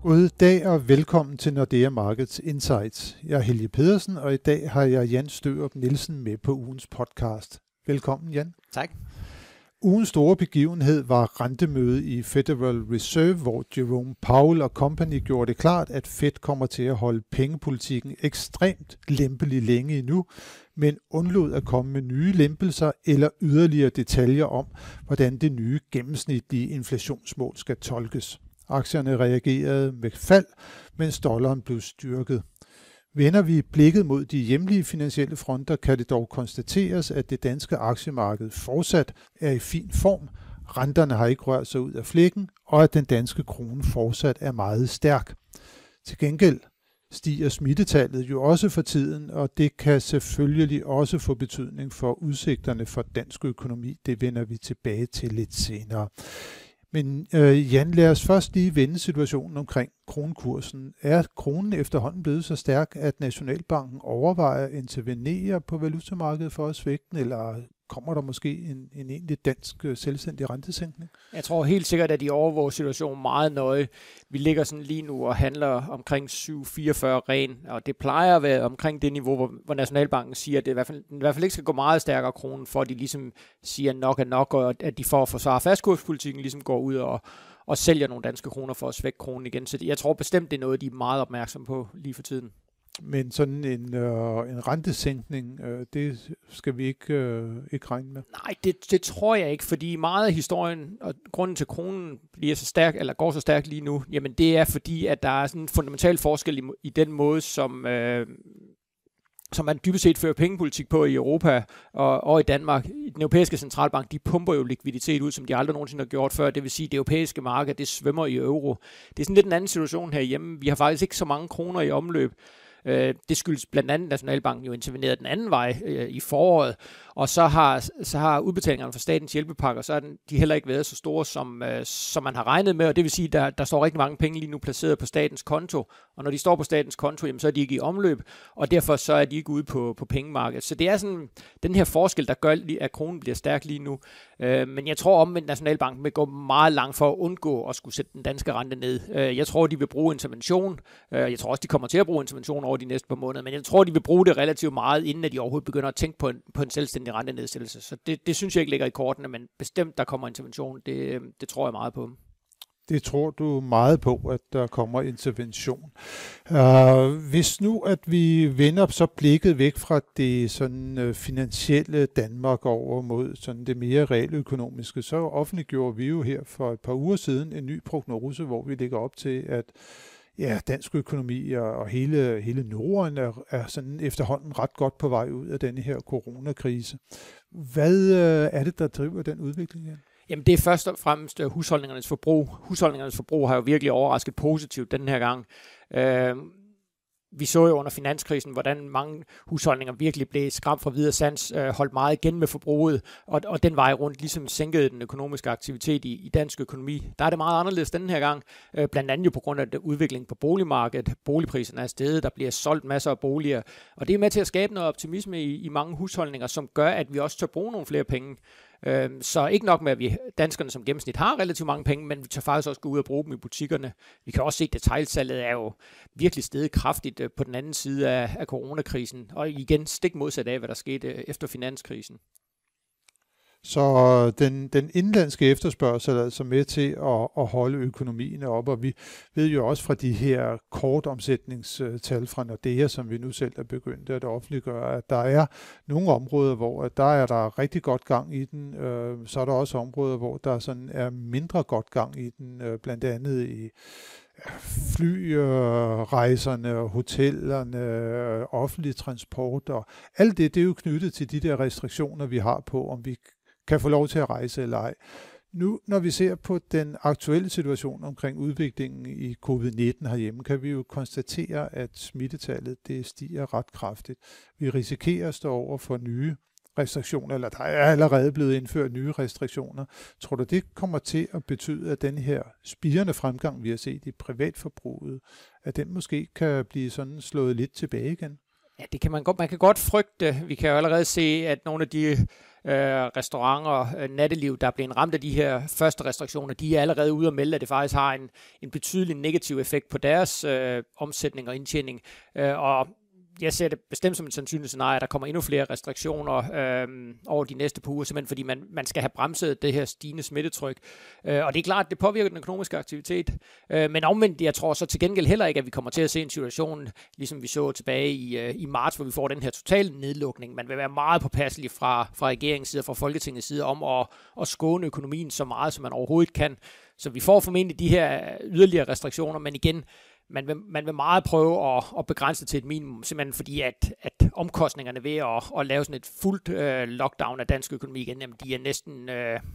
God dag og velkommen til Nordea Markets Insights. Jeg er Helge Pedersen, og i dag har jeg Jan Størup Nielsen med på ugens podcast. Velkommen, Jan. Tak. Ugens store begivenhed var rentemødet i Federal Reserve, hvor Jerome Powell og company gjorde det klart, at Fed kommer til at holde pengepolitikken ekstremt lempelig længe endnu, men undlod at komme med nye lempelser eller yderligere detaljer om, hvordan det nye gennemsnitlige inflationsmål skal tolkes. Aktierne reagerede med fald, mens dollaren blev styrket. Vender vi blikket mod de hjemlige finansielle fronter, kan det dog konstateres, at det danske aktiemarked fortsat er i fin form. Renterne har ikke rørt sig ud af flækken, og at den danske krone fortsat er meget stærk. Til gengæld stiger smittetallet jo også for tiden, og det kan selvfølgelig også få betydning for udsigterne for dansk økonomi. Det vender vi tilbage til lidt senere. Men Jan, lad os først lige vende situationen omkring kronkursen. Er kronen efterhånden blevet så stærk, at Nationalbanken overvejer at intervenere på valutamarkedet for at svække den, eller kommer der måske en egentlig dansk selvstændig rentesænkning? Jeg tror helt sikkert, at de overvåger situationen meget nøje. Vi ligger sådan lige nu og handler omkring 7,44 ren, og det plejer at være omkring det niveau, hvor Nationalbanken siger, at det i hvert fald ikke skal gå meget stærkere kronen, for at de ligesom siger nok er nok, og at de for at forsvare fastkurspolitikken ligesom går ud og sælger nogle danske kroner for at svække kronen igen. Så jeg tror bestemt, det er noget, de er meget opmærksom på lige for tiden. Men sådan en rentesænkning, det skal vi ikke regne med? Nej, det tror jeg ikke, fordi meget af historien og grunden til, at kronen bliver så stærk, eller går så stærkt lige nu, jamen det er fordi, at der er sådan en fundamental forskel i den måde, som man dybest set fører pengepolitik på i Europa og i Danmark. Den europæiske centralbank, de pumper jo likviditet ud, som de aldrig nogensinde har gjort før. Det vil sige, at det europæiske marked, det svømmer i euro. Det er sådan lidt en anden situation herhjemme. Vi har faktisk ikke så mange kroner i omløb. Det skyldes blandt andet, Nationalbanken jo interveneret den anden vej i foråret, og så har udbetalingerne fra statens hjælpepakker, så er de heller ikke været så store, som man har regnet med, og det vil sige, at der står rigtig mange penge lige nu placeret på statens konto, og når de står på statens konto, jamen, så er de ikke i omløb, og derfor så er de ikke ude på pengemarkedet. Så det er sådan den her forskel, der gør, at kronen bliver stærk lige nu. Men jeg tror omvendt, Nationalbanken vil gå meget langt for at undgå at skulle sætte den danske rente ned. Jeg tror, de vil bruge intervention. Jeg tror også, de kommer til at bruge intervention over de næste par måneder, men jeg tror, de vil bruge det relativt meget, inden at de overhovedet begynder at tænke på en selvstændig rentenedsættelse. Så det synes jeg ikke ligger i kortene, men bestemt, der kommer intervention. Det tror jeg meget på. Det tror du meget på, at der kommer intervention. Hvis nu, at vi vender så blikket væk fra det sådan finansielle Danmark over mod sådan det mere realøkonomiske, så offentliggjorde vi jo her for et par uger siden en ny prognose, hvor vi lægger op til, at dansk økonomi og hele Norden er sådan efterhånden ret godt på vej ud af denne her coronakrise. Hvad er det, der driver den udvikling her? Jamen det er først og fremmest husholdningernes forbrug. Husholdningernes forbrug har jo virkelig overrasket positivt den her gang. Vi så jo under finanskrisen, hvordan mange husholdninger virkelig blev skræmt fra videre sans, holdt meget igen med forbruget, og den vej rundt ligesom sænkede den økonomiske aktivitet i dansk økonomi. Der er det meget anderledes den her gang, blandt andet jo på grund af udviklingen på boligmarkedet. Boligpriserne er steget, der bliver solgt masser af boliger, og det er med til at skabe noget optimisme i mange husholdninger, som gør, at vi også tør bruge nogle flere penge. Så ikke nok med, at vi danskerne som gennemsnit har relativt mange penge, men vi tør faktisk også gå ud og bruge dem i butikkerne. Vi kan også se, at detailsalget er jo virkelig steget kraftigt på den anden side af coronakrisen, og igen stik modsat af, hvad der skete efter finanskrisen. Så den indlandske efterspørgsel er altså med til at holde økonomien op, og vi ved jo også fra de her kortomsætningstal fra Nordea, som vi nu selv er begyndt at offentliggøre, at der er nogle områder, hvor der er rigtig godt gang i den. Så er der også områder, hvor der sådan er mindre godt gang i den, blandt andet i flyrejserne, hotellerne, offentlig transport og alt det er jo knyttet til de der restriktioner, vi har på, om vi kan få lov til at rejse eller ej. Nu, når vi ser på den aktuelle situation omkring udviklingen i covid-19 herhjemme, kan vi jo konstatere, at smittetallet det stiger ret kraftigt. Vi risikerer at stå over for nye restriktioner, eller der er allerede blevet indført nye restriktioner. Tror du, det kommer til at betyde, at den her spirende fremgang, vi har set i privatforbruget, at den måske kan blive sådan slået lidt tilbage igen? Ja, det kan man kan godt frygte. Vi kan jo allerede se, at nogle af de restauranter, natteliv, der er blevet ramt af de her første restriktioner, de er allerede ude at melde, at det faktisk har en betydelig negativ effekt på deres omsætning og indtjening. Og jeg ser det bestemt som et sandsynligt scenarie, at der kommer endnu flere restriktioner over de næste par uger, simpelthen fordi man skal have bremset det her stigende smittetryk. Og det er klart, at det påvirker den økonomiske aktivitet. Men omvendt, jeg tror så til gengæld heller ikke, at vi kommer til at se en situation, ligesom vi så tilbage i marts, hvor vi får den her totale nedlukning. Man vil være meget påpasselig fra regeringens side og fra Folketingets side om at skåne økonomien så meget, som man overhovedet kan. Så vi får formentlig de her yderligere restriktioner, men igen, man vil meget prøve at begrænse det til et minimum, simpelthen fordi, at omkostningerne ved at lave sådan et fuldt lockdown af dansk økonomi igen, jamen de er næsten,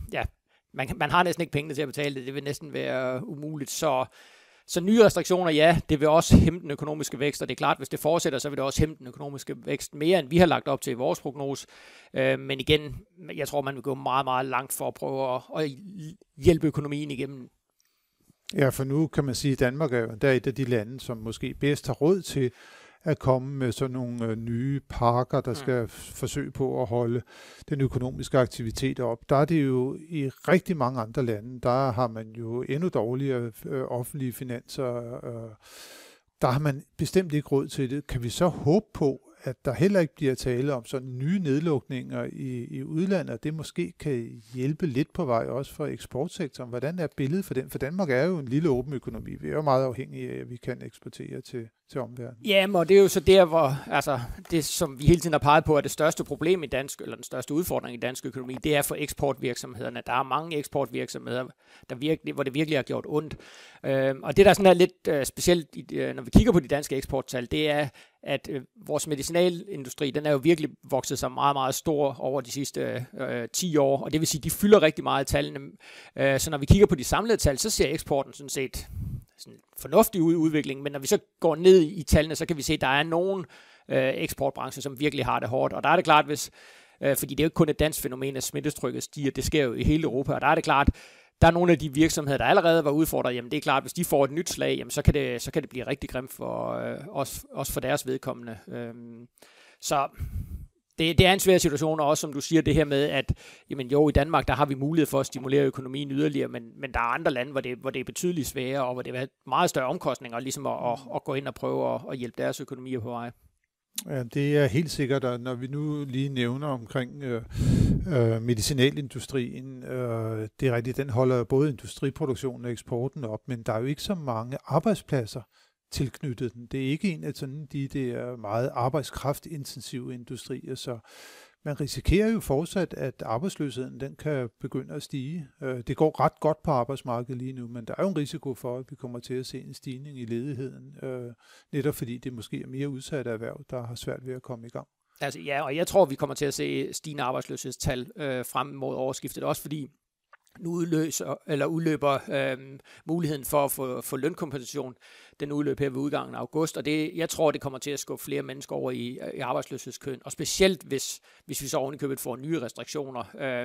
man har næsten ikke penge til at betale det, det vil næsten være umuligt. Så nye restriktioner, ja, det vil også hæmme den økonomiske vækst, og det er klart, hvis det fortsætter, så vil det også hæmme den økonomiske vækst mere, end vi har lagt op til i vores prognose. Men igen, jeg tror, man vil gå meget, meget langt for at prøve at hjælpe økonomien igennem. Ja, for nu kan man sige, at Danmark er jo der et af de lande, som måske bedst har råd til at komme med sådan nogle nye pakker, der skal forsøge på at holde den økonomiske aktivitet op. Der er det jo i rigtig mange andre lande, der har man jo endnu dårligere offentlige finanser. Der har man bestemt ikke råd til det. Kan vi så håbe på, at der heller ikke bliver tale om sådan nye nedlukninger i udlandet, og det måske kan hjælpe lidt på vej også for eksportsektoren? Hvordan er billedet for den? For Danmark er jo en lille åben økonomi. Vi er jo meget afhængige af, at vi kan eksportere til omverdenen. Jamen, og det er jo så der, hvor det, som vi hele tiden har peget på, er det største problem i dansk, eller den største udfordring i dansk økonomi, det er for eksportvirksomhederne. Der er mange eksportvirksomheder, hvor det virkelig har gjort ondt. Og det, der sådan er lidt specielt, når vi kigger på de danske eksporttal, det er, at vores medicinalindustri, den er jo virkelig vokset sig meget, meget stor over de sidste 10 år, og det vil sige, de fylder rigtig meget i tallene. Så når vi kigger på de samlede tal, så ser eksporten sådan set sådan fornuftig udvikling, men når vi så går ned i tallene, så kan vi se, at der er nogle eksportbrancher, som virkelig har det hårdt, og der er det klart, fordi det er jo ikke kun et dansk fænomen, at smittetrykket stiger, det sker jo i hele Europa, og der er det klart, der er nogle af de virksomheder, der allerede var udfordret, jamen det er klart, hvis de får et nyt slag, jamen så kan det blive rigtig grimt for også for deres vedkommende. Så det er en svær situation, og også som du siger, det her med, at jamen jo, i Danmark, der har vi mulighed for at stimulere økonomien yderligere, men der er andre lande, hvor det er betydeligt sværere, og hvor det er meget større omkostninger, ligesom at gå ind og prøve at hjælpe deres økonomier på vej. Ja, det er helt sikkert, og når vi nu lige nævner omkring medicinalindustrien, det er rigtigt, den holder både industriproduktionen og eksporten op, men der er jo ikke så mange arbejdspladser tilknyttet den. Det er ikke en af sådan de der meget arbejdskraftintensive industrier, så man risikerer jo fortsat, at arbejdsløsheden den kan begynde at stige. Det går ret godt på arbejdsmarkedet lige nu, men der er jo en risiko for, at vi kommer til at se en stigning i ledigheden, netop fordi det måske er mere udsatte erhverv, der har svært ved at komme i gang. Altså ja, og jeg tror, vi kommer til at se stigende arbejdsløshedstal frem mod årsskiftet, også fordi nu udløber muligheden for at få lønkompensation. Den udløb her ved udgangen af august, og jeg tror, det kommer til at skubbe flere mennesker over i arbejdsløshedskøen, og specielt hvis vi så ovenikøbet får nye restriktioner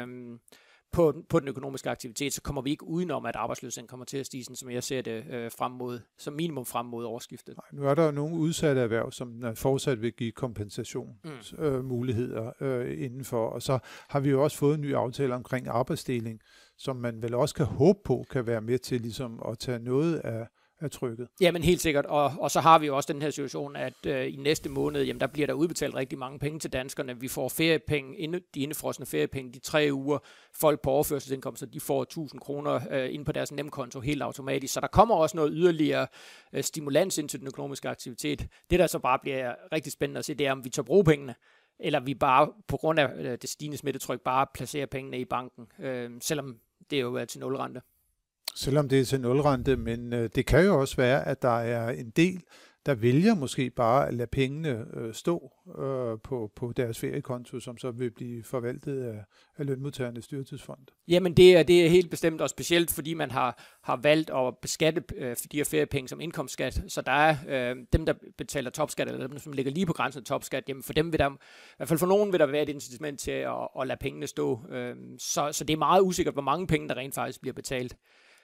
på den økonomiske aktivitet, så kommer vi ikke udenom, at arbejdsløsheden kommer til at stige, sådan som jeg ser det som minimum frem mod årsskiftet. Nej, nu er der nogle udsatte erhverv, som fortsat vil give kompensationsmuligheder indenfor, og så har vi jo også fået en ny aftale omkring arbejdsdeling, som man vel også kan håbe på, kan være med til ligesom at tage noget af trykket. Jamen helt sikkert, og så har vi jo også den her situation, at i næste måned, jamen der bliver der udbetalt rigtig mange penge til danskerne. Vi får feriepenge, de indefrosne feriepenge, de 3 uger. Folk på overførselsindkomster, de får 1.000 kroner ind på deres nemkonto helt automatisk. Så der kommer også noget yderligere stimulans ind til den økonomiske aktivitet. Det, der så bare bliver rigtig spændende at se, det er, om vi tager bruge pengene, eller vi bare på grund af det stigende smittetryk bare placerer pengene i banken, selvom det jo er til nulrente. Selvom det er til nulrente, men det kan jo også være, at der er en del, der vælger måske bare at lade pengene stå på deres feriekonto, som så vil blive forvaltet af lønmodtagernes dyrtidsfond. Jamen det er helt bestemt, og specielt fordi man har valgt at beskatte de her feriepenge som indkomstskat, så der er dem, der betaler topskat, eller dem, som ligger lige på grænsen af topskat, jamen for dem vil der, i hvert fald for nogen vil der være et incitament til at lade pengene stå, så det er meget usikkert, hvor mange penge, der rent faktisk bliver betalt.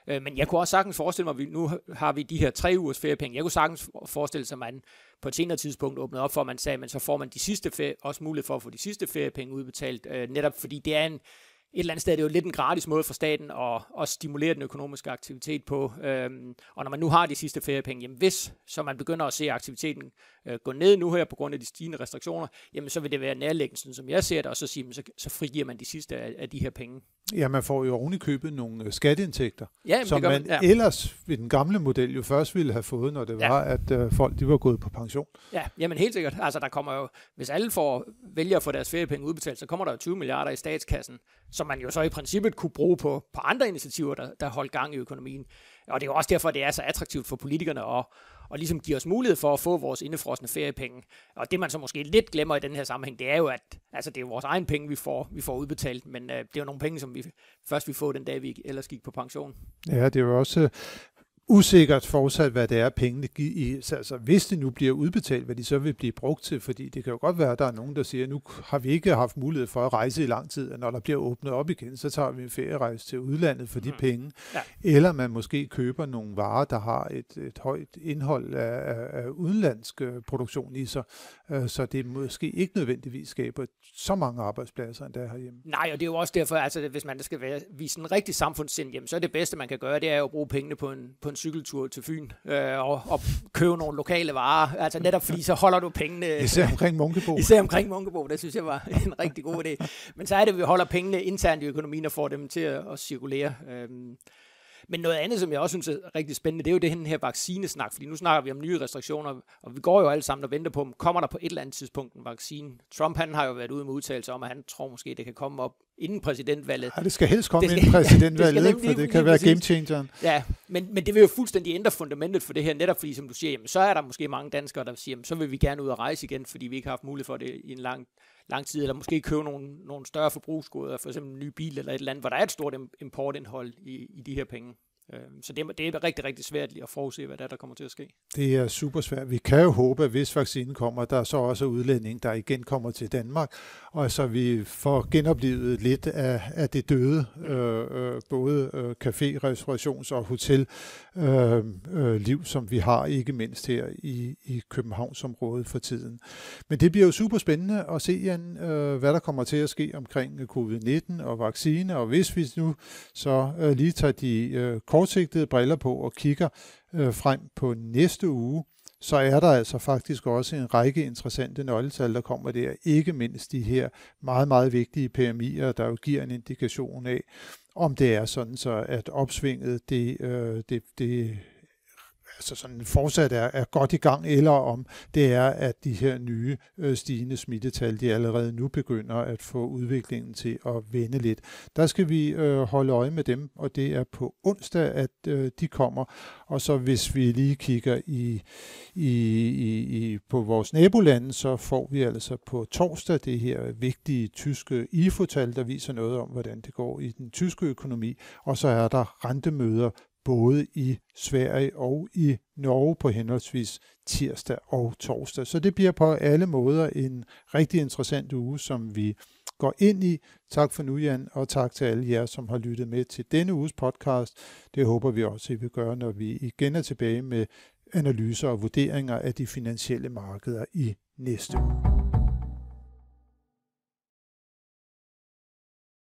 Men jeg kunne også sagtens forestille mig, at nu har vi de her 3 ugers feriepenge. Jeg kunne sagtens forestille sig, at man på et senere tidspunkt åbnede op for, at man sagde, men så får man også mulighed for at få de sidste feriepenge udbetalt, netop fordi det er et eller andet sted er det jo lidt en gratis måde for staten at stimulere den økonomiske aktivitet på. Og når man nu har de sidste feriepenge, jamen hvis så man begynder at se aktiviteten gå ned nu her på grund af de stigende restriktioner, jamen så vil det være nærliggende, som jeg ser det, og så siger man, så frigiver man de sidste af de her penge. Ja, man får jo oven i købet nogle skatteindtægter, som man ellers ved den gamle model jo først ville have fået, når det var, at folk de var gået på pension. Ja, jamen helt sikkert. Altså der kommer jo, hvis alle vælger at få deres feriepenge udbetalt, så kommer der jo 20 milliarder i statskassen, som man jo så i princippet kunne bruge på andre initiativer, der holdt gang i økonomien. Og det er jo også derfor, det er så attraktivt for politikerne og ligesom give os mulighed for at få vores indefrosne feriepenge. Og det man så måske lidt glemmer i den her sammenhæng, det er jo, at altså, det er jo vores egen penge, vi får udbetalt, men det er jo nogle penge, som vi først vil få den dag, vi ellers gik på pension. Ja, det er jo også usikkert fortsat, hvad det er, pengene giver. Altså, hvis det nu bliver udbetalt, hvad de så vil blive brugt til, fordi det kan jo godt være, at der er nogen, der siger, at nu har vi ikke haft mulighed for at rejse i lang tid, og når der bliver åbnet op igen, så tager vi en ferierejse til udlandet for de penge. Ja. Eller man måske køber nogle varer, der har et højt indhold af udenlandsk produktion i sig, så det måske ikke nødvendigvis skaber så mange arbejdspladser, end der herhjemme. Nej, og det er jo også derfor, altså, hvis man skal vise en rigtig samfundssind, jamen, så er det bedste, man kan gøre, det er jo at bruge pengene på en cykeltur til Fyn og købe nogle lokale varer. Altså netop fordi, så holder du pengene... Især omkring Munkebo. Det synes jeg var en rigtig god idé. Men så er det, at vi holder pengene internt i økonomien og får dem til at cirkulere. Men noget andet, som jeg også synes er rigtig spændende, det er jo det her vaccinesnak, fordi nu snakker vi om nye restriktioner, og vi går jo alle sammen og venter på, kommer der på et eller andet tidspunkt en vaccine? Trump, han har jo været ude med udtalelser om, at han tror måske, det kan komme op inden præsidentvalget. Ja, det skal helst komme inden præsidentvalget, for det kan være game changeren. Ja, men det vil jo fuldstændig ændre fundamentet for det her, netop fordi, som du siger, jamen, så er der måske mange danskere, der siger, jamen, så vil vi gerne ud og rejse igen, fordi vi ikke har haft mulighed for det i en lang tid, eller måske købe nogle større forbrugsgoder, for eksempel en ny bil eller et eller andet, hvor der er et stort importindhold i de her penge. Så det er rigtig, rigtig svært at forudse, hvad der kommer til at ske. Det er super svært. Vi kan jo håbe, at hvis vaccinen kommer, der er så også udlænding, der igen kommer til Danmark, og så vi får genoplevet lidt af det døde, både café, restaurations- og hotelliv, som vi har, ikke mindst her i Københavnsområdet for tiden. Men det bliver jo super spændende at se, Jan, hvad der kommer til at ske omkring covid-19 og vaccine, og hvis vi nu så lige tager de kortsigtede briller på og kigger frem på næste uge, så er der altså faktisk også en række interessante nøgletal, der kommer der. Ikke mindst de her meget, meget vigtige PMI'er, der jo giver en indikation af, om det er sådan, så at opsvinget det altså sådan fortsat er godt i gang, eller om det er, at de her nye stigende smittetal, de allerede nu begynder at få udviklingen til at vende lidt. Der skal vi holde øje med dem, og det er på onsdag, at de kommer. Og så hvis vi lige kigger på vores nabolande, så får vi altså på torsdag det her vigtige tyske IFO-tal, der viser noget om, hvordan det går i den tyske økonomi, og så er der rentemøder både i Sverige og i Norge på henholdsvis tirsdag og torsdag. Så det bliver på alle måder en rigtig interessant uge, som vi går ind i. Tak for nu, Jan, og tak til alle jer, som har lyttet med til denne uges podcast. Det håber vi også, at vi vil gøre, når vi igen er tilbage med analyser og vurderinger af de finansielle markeder i næste uge.